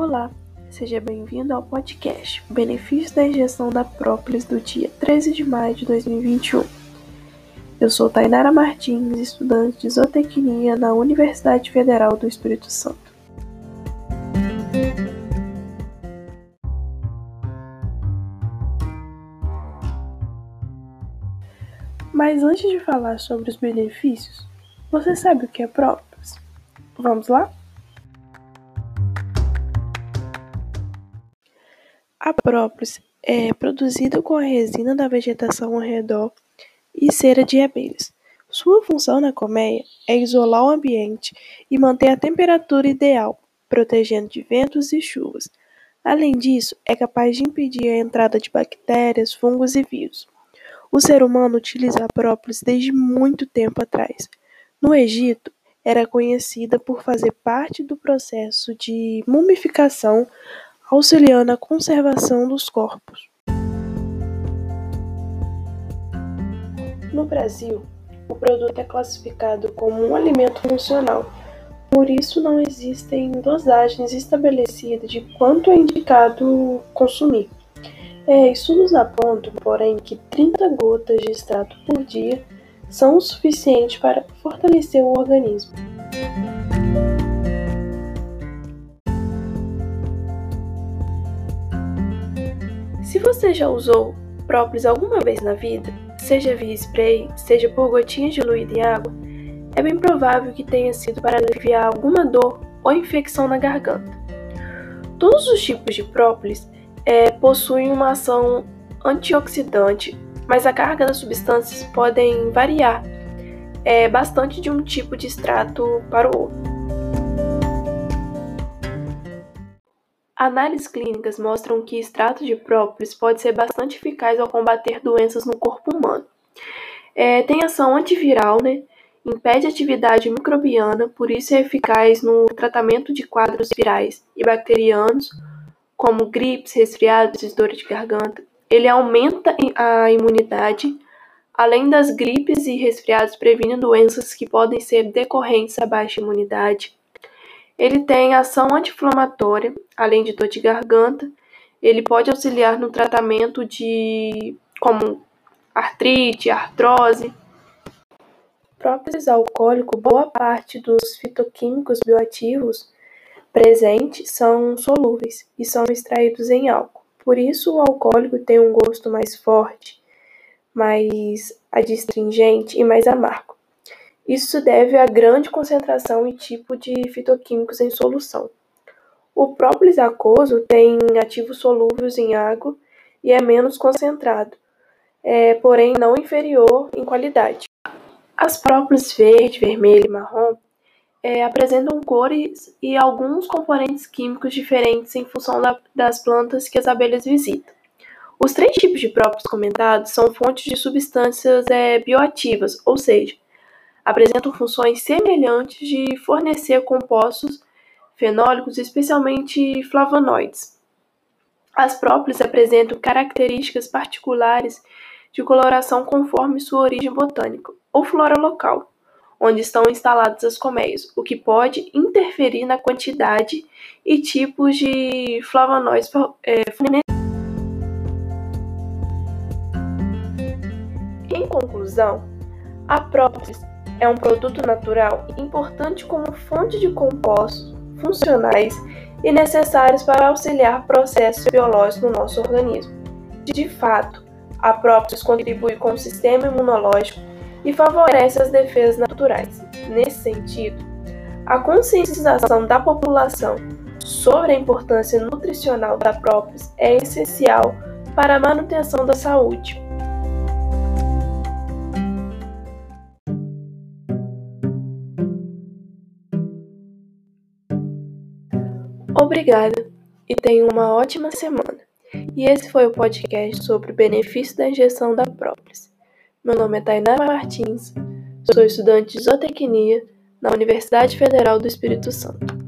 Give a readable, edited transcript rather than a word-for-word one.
Olá, seja bem-vindo ao podcast Benefícios da Injeção da Própolis do dia 13 de maio de 2021. Eu sou Tainara Martins, estudante de zootecnia na Universidade Federal do Espírito Santo. Mas antes de falar sobre os benefícios, você sabe o que é própolis? Vamos lá? A própolis é produzida com a resina da vegetação ao redor e cera de abelhas. Sua função na colmeia é isolar o ambiente e manter a temperatura ideal, protegendo de ventos e chuvas. Além disso, é capaz de impedir a entrada de bactérias, fungos e vírus. O ser humano utiliza a própolis desde muito tempo atrás. No Egito, era conhecida por fazer parte do processo de mumificação, auxiliando a conservação dos corpos. No Brasil, o produto é classificado como um alimento funcional, por isso não existem dosagens estabelecidas de quanto é indicado consumir. Estudos apontam, porém, que 30 gotas de extrato por dia são o suficiente para fortalecer o organismo. Se você já usou própolis alguma vez na vida, seja via spray, seja por gotinhas diluídas em água, é bem provável que tenha sido para aliviar alguma dor ou infecção na garganta. Todos os tipos de própolis possuem uma ação antioxidante, mas a carga das substâncias podem variar bastante de um tipo de extrato para o outro. Análises clínicas mostram que extrato de própolis pode ser bastante eficaz ao combater doenças no corpo humano. Tem ação antiviral, impede a atividade microbiana, por isso é eficaz no tratamento de quadros virais e bacterianos, como gripes, resfriados e dor de garganta. Ele aumenta a imunidade, além das gripes e resfriados, previne doenças que podem ser decorrentes da baixa imunidade. Ele tem ação anti-inflamatória, além de dor de garganta. Ele pode auxiliar no tratamento como artrite, artrose. Própolis alcoólico, boa parte dos fitoquímicos bioativos presentes são solúveis e são extraídos em álcool. Por isso, o alcoólico tem um gosto mais forte, mais adstringente e mais amargo. Isso se deve à grande concentração e tipo de fitoquímicos em solução. O própolis aquoso tem ativos solúveis em água e é menos concentrado, porém não inferior em qualidade. As própolis verde, vermelho e marrom apresentam cores e alguns componentes químicos diferentes em função das plantas que as abelhas visitam. Os 3 tipos de própolis comentados são fontes de substâncias bioativas, ou seja, apresentam funções semelhantes de fornecer compostos fenólicos, especialmente flavonoides. As própolis apresentam características particulares de coloração conforme sua origem botânica ou flora local, onde estão instaladas as colmeias, o que pode interferir na quantidade e tipos de flavonoides fornecidos. Em conclusão, a própolis é um produto natural importante como fonte de compostos funcionais e necessários para auxiliar processos biológicos no nosso organismo. De fato, a própolis contribui com o sistema imunológico e favorece as defesas naturais. Nesse sentido, a conscientização da população sobre a importância nutricional da própolis é essencial para a manutenção da saúde. Obrigada e tenha uma ótima semana. E esse foi o podcast sobre o benefício da injeção da própolis. Meu nome é Tainara Martins, sou estudante de zootecnia na Universidade Federal do Espírito Santo.